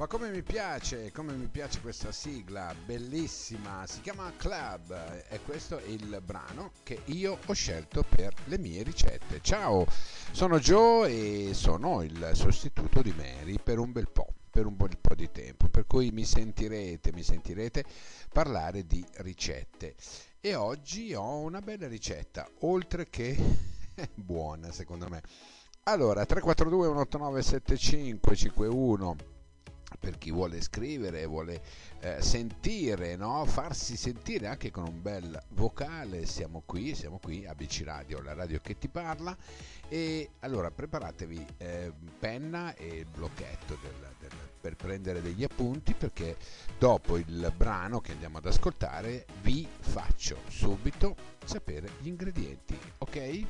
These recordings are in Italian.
Ma come mi piace questa sigla, bellissima, si chiama Club e questo è il brano che io ho scelto per le mie ricette. Ciao, sono Joe e sono il sostituto di Mary per un bel po' di tempo, per cui mi sentirete parlare di ricette. E oggi ho una bella ricetta, oltre che buona secondo me. Allora, 342 189 7551 per chi vuole scrivere, vuole sentire, no? Farsi sentire anche con un bel vocale, siamo qui, ABC Radio, la radio che ti parla. E allora preparatevi penna e blocchetto per prendere degli appunti, perché dopo il brano che andiamo ad ascoltare vi faccio subito sapere gli ingredienti, ok?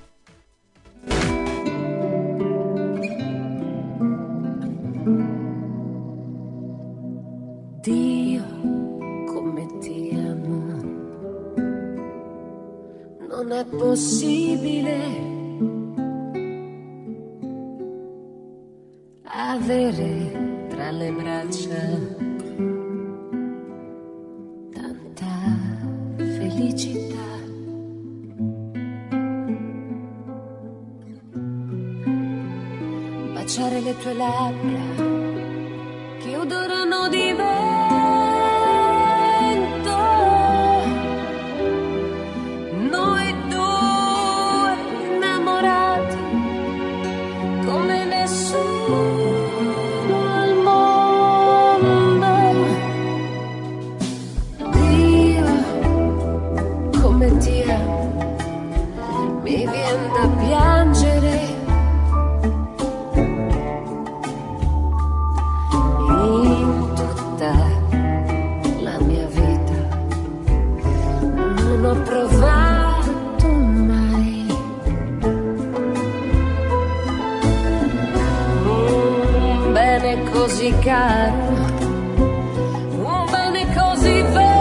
Dio, come ti amo, non è possibile avere tra le braccia tanta felicità. Baciare le tue labbra che odorano di vento, noi due innamorati come nessuno al mondo. Dio, come ti amo, mi viene da piangere. La mia vita non ho provato mai un bene così caro, un bene così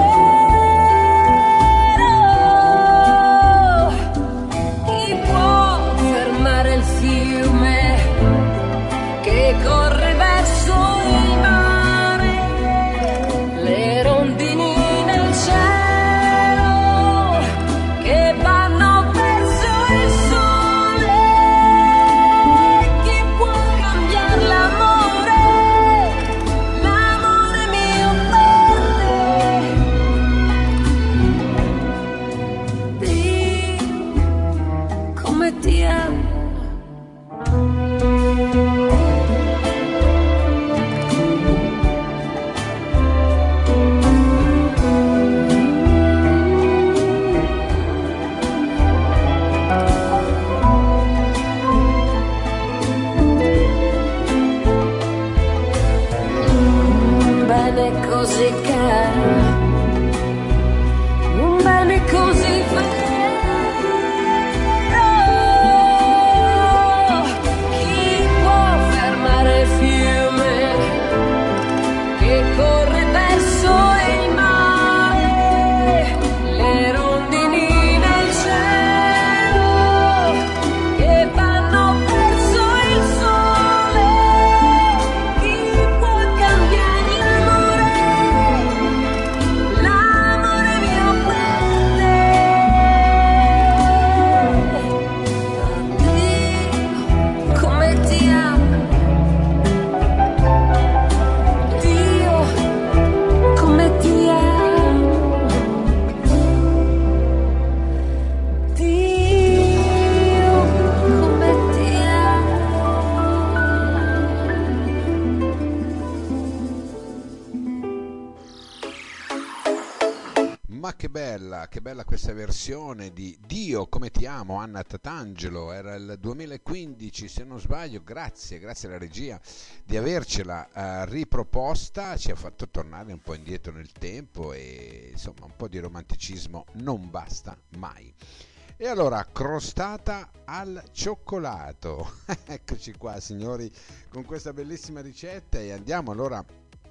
vero. Chi può fermare il fiume che corre verso il mare? Che bella questa versione di Dio come ti amo, Anna Tatangelo, era il 2015 se non sbaglio. Grazie alla regia di avercela riproposta, ci ha fatto tornare un po' indietro nel tempo e insomma un po' di romanticismo non basta mai. E allora, crostata al cioccolato, eccoci qua signori con questa bellissima ricetta e andiamo allora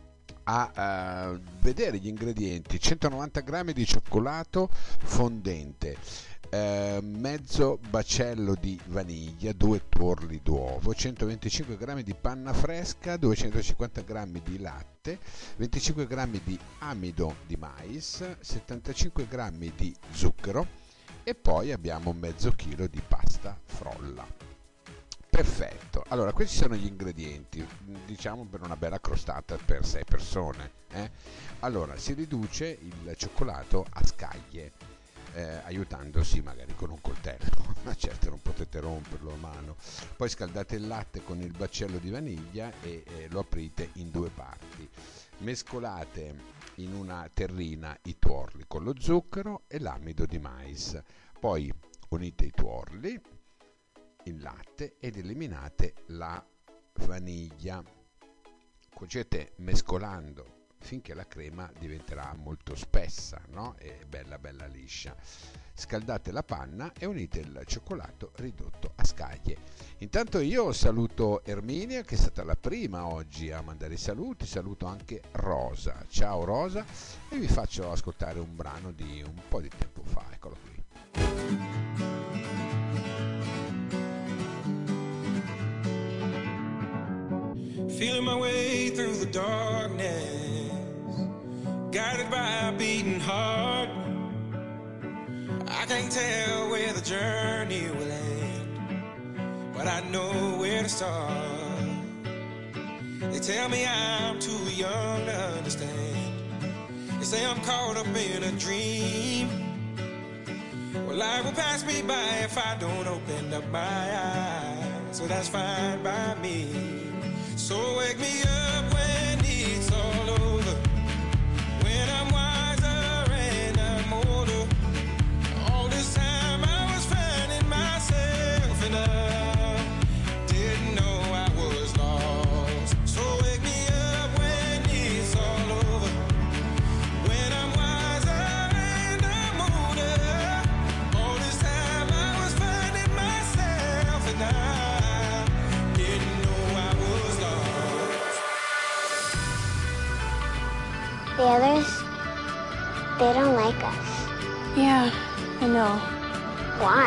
a vedere gli ingredienti. 190 grammi di cioccolato fondente, mezzo baccello di vaniglia, 2 tuorli d'uovo, 125 g di panna fresca, 250 g di latte, 25 g di amido di mais, 75 g di zucchero e poi abbiamo mezzo chilo di pasta frolla. Perfetto, allora questi sono gli ingredienti, diciamo per una bella crostata per 6 persone. Allora si riduce il cioccolato a scaglie, aiutandosi magari con un coltello, ma certo non potete romperlo a mano. Poi scaldate il latte con il baccello di vaniglia e lo aprite in 2 parti. Mescolate in una terrina i tuorli con lo zucchero e l'amido di mais. Poi unite i tuorli, il latte ed eliminate la vaniglia. Cuocete mescolando finché la crema diventerà molto spessa, no? E bella liscia. Scaldate la panna e unite il cioccolato ridotto a scaglie. Intanto io saluto Erminia, che è stata la prima oggi a mandare i saluti, saluto anche Rosa. Ciao Rosa, e vi faccio ascoltare un brano di un po' di tempo fa, eccolo qui. Feeling my way through the darkness, guided by a beating heart. I can't tell where the journey will end, but I know where to start. They tell me I'm too young to understand. They say I'm caught up in a dream. Well, life will pass me by if I don't open up my eyes, so that's fine by me. So wake me up when it's all over, when I'm wiser and I'm older. All this time I was finding myself and I didn't know I was lost. So wake me up when it's all over, when I'm wiser and I'm older. All this time I was finding myself and I didn't know I was lost. The others, they don't like us. Yeah, I know. Why?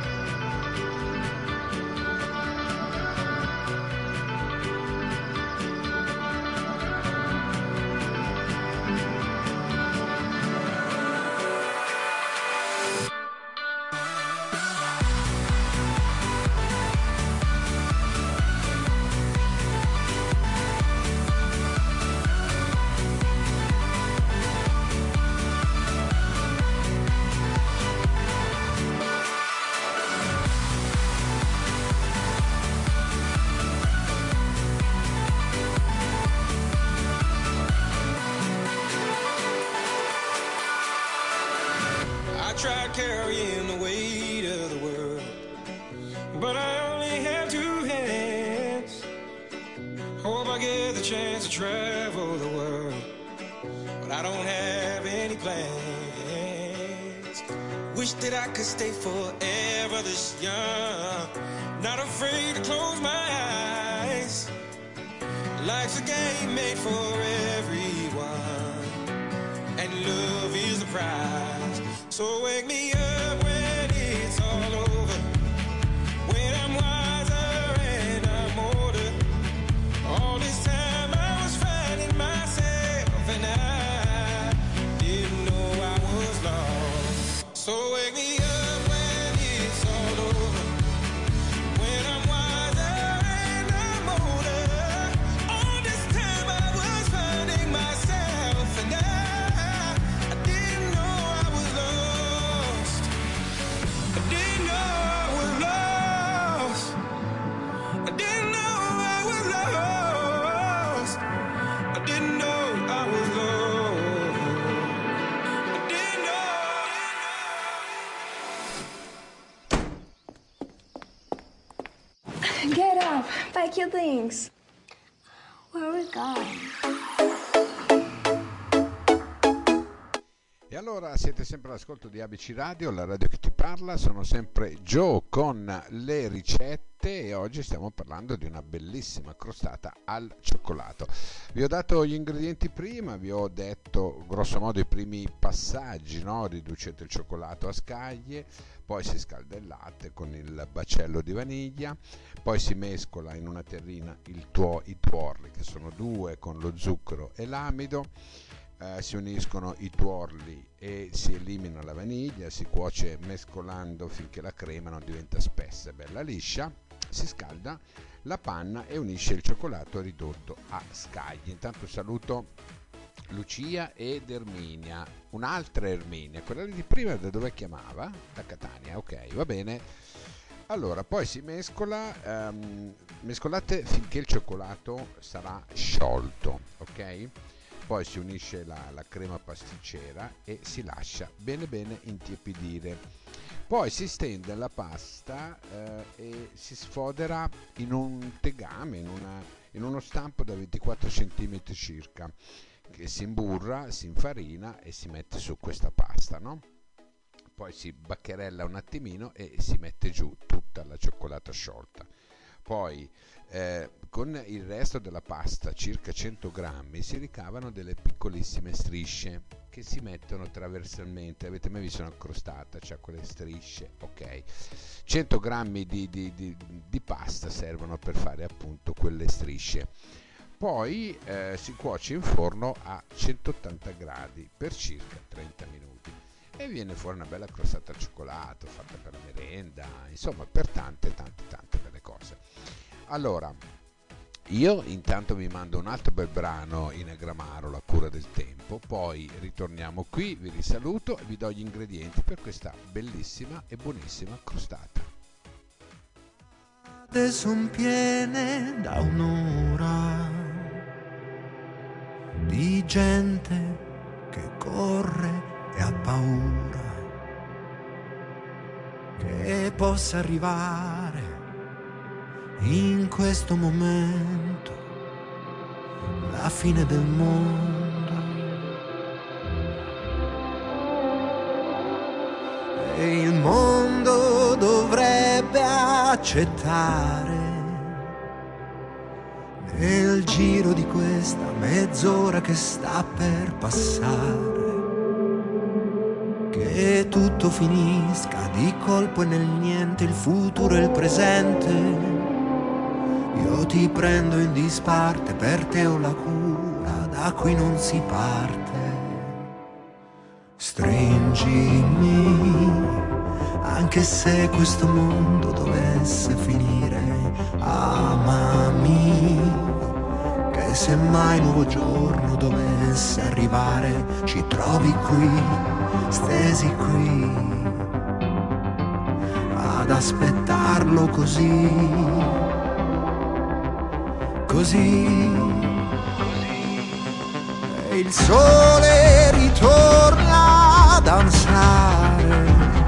I tried carrying the weight of the world, but I only have 2 hands. Hope I get the chance to travel the world, but I don't have any plans. Wish that I could stay forever this young, not afraid to close my eyes. Life's a game made for everyone, and love is the prize. So wake me up when it's all over, when I'm wiser and I'm older. All this time I was finding myself and I didn't know I was lost. So wake me up when it's all over, when I'm wiser and I'm older. All this time I was finding myself and I didn't know I was lost. I didn't know I was lost. I didn't know I was lost. I didn't know I was lost. I didn't know. Get up, pack your things. Where are we going? E allora siete sempre all'ascolto di ABC Radio, la radio che ti parla. Sono sempre Joe con le ricette ricette e oggi stiamo parlando di una bellissima crostata al cioccolato. Vi ho dato gli ingredienti prima, vi ho detto grosso modo i primi passaggi, no? Riducete il cioccolato a scaglie, poi si scalda il latte con il baccello di vaniglia, poi si mescola in una terrina i tuorli, che sono 2, con lo zucchero e l'amido. Si uniscono i tuorli e si elimina la vaniglia, si cuoce mescolando finché la crema non diventa spessa e bella liscia. Si scalda la panna e unisce il cioccolato ridotto a scaglie. Intanto saluto Lucia ed Erminia, un'altra Erminia, quella di prima da dove chiamava? Da Catania, ok, va bene. Allora, poi si mescola, mescolate finché il cioccolato sarà sciolto, ok? Poi si unisce la crema pasticcera e si lascia bene intiepidire. Poi si stende la pasta e si sfodera in un tegame, in uno stampo da 24 cm circa, che si imburra, si infarina e si mette su questa pasta, no? Poi si baccherella un attimino e si mette giù tutta la cioccolata sciolta. Poi con il resto della pasta, circa 100 grammi, si ricavano delle piccolissime strisce che si mettono trasversalmente. Avete mai visto una crostata? C'ha quelle strisce, ok. 100 grammi di pasta servono per fare appunto quelle strisce. Poi si cuoce in forno a 180 gradi per circa 30 minuti e viene fuori una bella crostata al cioccolato fatta per la merenda, insomma per tante belle cose. Allora, io intanto vi mando un altro bel brano in Agramaro, La cura del tempo, poi ritorniamo qui, vi risaluto e vi do gli ingredienti per questa bellissima e buonissima crostata. Son piene da un'ora di gente che corre e ha paura che possa arrivare in questo momento la fine del mondo. E il mondo dovrebbe accettare nel giro di questa mezz'ora che sta per passare che tutto finisca di colpo e nel niente, il futuro e il presente. Io ti prendo in disparte, per te ho la cura, da qui non si parte. Stringimi, anche se questo mondo dovesse finire. Amami, che se mai un nuovo giorno dovesse arrivare, ci trovi qui, stesi qui, ad aspettarlo così. E il sole ritorna a danzare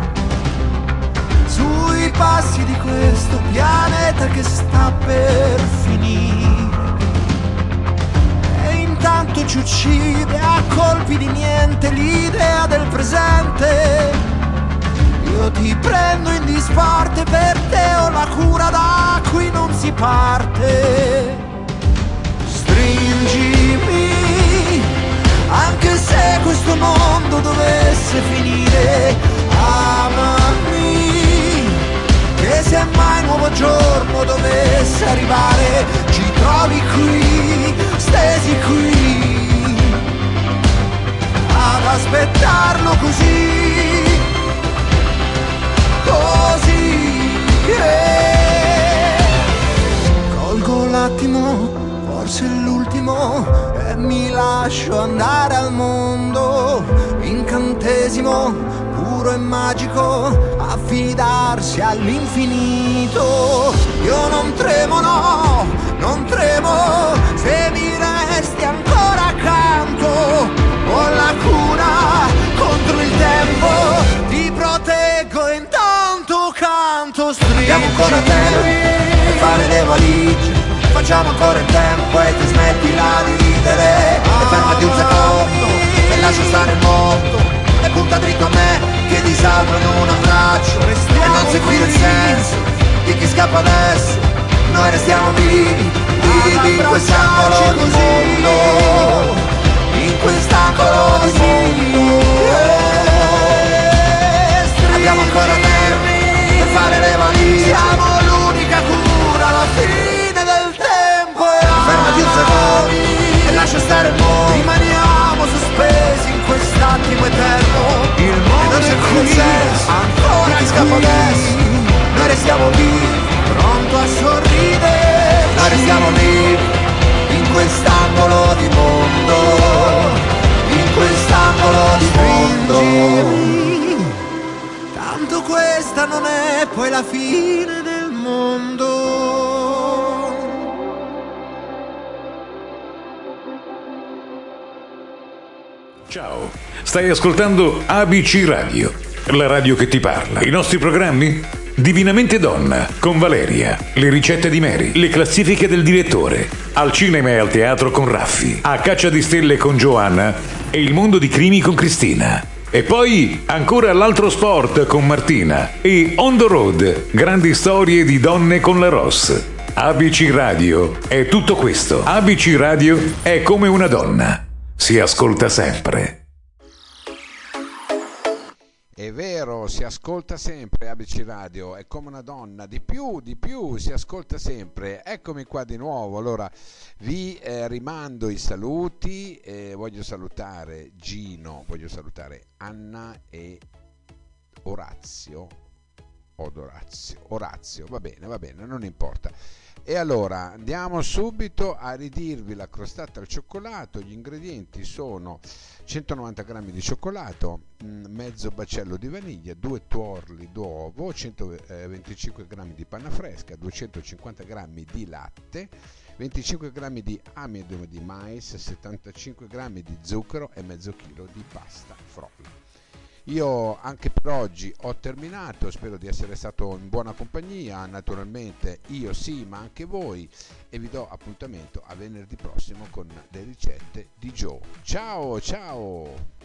sui passi di questo pianeta che sta per finire. E intanto ci uccide a colpi di niente l'idea del presente. Io ti prendo in disparte, per te ho la cura, da qui non si parte. Stringimi, anche se questo mondo dovesse finire. Amami, che se mai un nuovo giorno dovesse arrivare, ci trovi qui, stesi qui, ad aspettarlo così, colgo l'attimo, forse l'ultimo, e mi lascio andare al mondo. Incantesimo puro e magico, affidarsi all'infinito. Io non tremo, no, non tremo, se mi resti ancora accanto. Ho la cura contro il tempo, ti proteggo e intanto canto. Abbiamo ancora tempo per fare le valigie, facciamo ancora in tempo e ti smettila di ridere. E fermati un secondo e lascia stare il mondo e punta dritto a me che ti salvo in un abbraccio. E non seguire il senso di chi scappa adesso, noi restiamo vivi, vivi in quest'angolo di mondo, in quest'angolo di mondo. Abbiamo ancora tempo per fare le valigie, siamo l'unica cura alla fine del tempo. Fermati un secondo e lascia stare il mondo, rimaniamo sospesi in quest'attimo eterno. Il mondo c'è qui, ancora chi scappa adesso, noi restiamo vivi, pronto a sorridere. Noi restiamo vivi in quest'angolo di mondo, in quest'angolo di mondo. Tanto questa non è poi la fine del mondo. Ciao, stai ascoltando ABC Radio, la radio che ti parla. I nostri programmi? Divinamente Donna con Valeria, le ricette di Mary, le classifiche del direttore, al cinema e al teatro con Raffi, a caccia di stelle con Giovanna e il mondo di crimi con Cristina. E poi ancora l'altro sport con Martina e On the Road, grandi storie di donne con la Ross. ABC Radio è tutto questo. ABC Radio è come una donna, si ascolta sempre. È vero, si ascolta sempre ABC Radio, è come una donna, di più, si ascolta sempre. Eccomi qua di nuovo, allora vi rimando i saluti, voglio salutare Gino, voglio salutare Anna e Orazio, va bene, non importa. E allora andiamo subito a ridirvi la crostata al cioccolato. Gli ingredienti sono 190 g di cioccolato, mezzo baccello di vaniglia, 2 tuorli d'uovo, 125 g di panna fresca, 250 g di latte, 25 g di amido di mais, 75 g di zucchero e mezzo chilo di pasta frolla. Io anche per oggi ho terminato, spero di essere stato in buona compagnia, naturalmente io sì, ma anche voi, e vi do appuntamento a venerdì prossimo con le ricette di Joe. Ciao!